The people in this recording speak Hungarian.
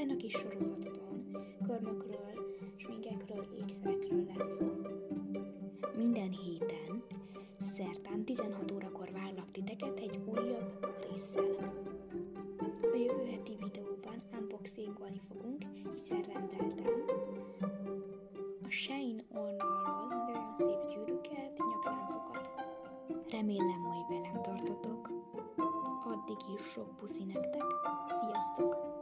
Ezen a kis sorozatban körmökről, sminkekről, ékszerekről lesz szó. Minden héten, szerdán 16 órakor várlak titeket egy újabb résszel. A jövő heti videóban unboxingolni fogunk, hiszen rendeltem a Shein oldalról nagyon szép gyűrűket, nyakláncokat. Remélem, majd velem tartotok. Addig is sok puszi nektek. Sziasztok!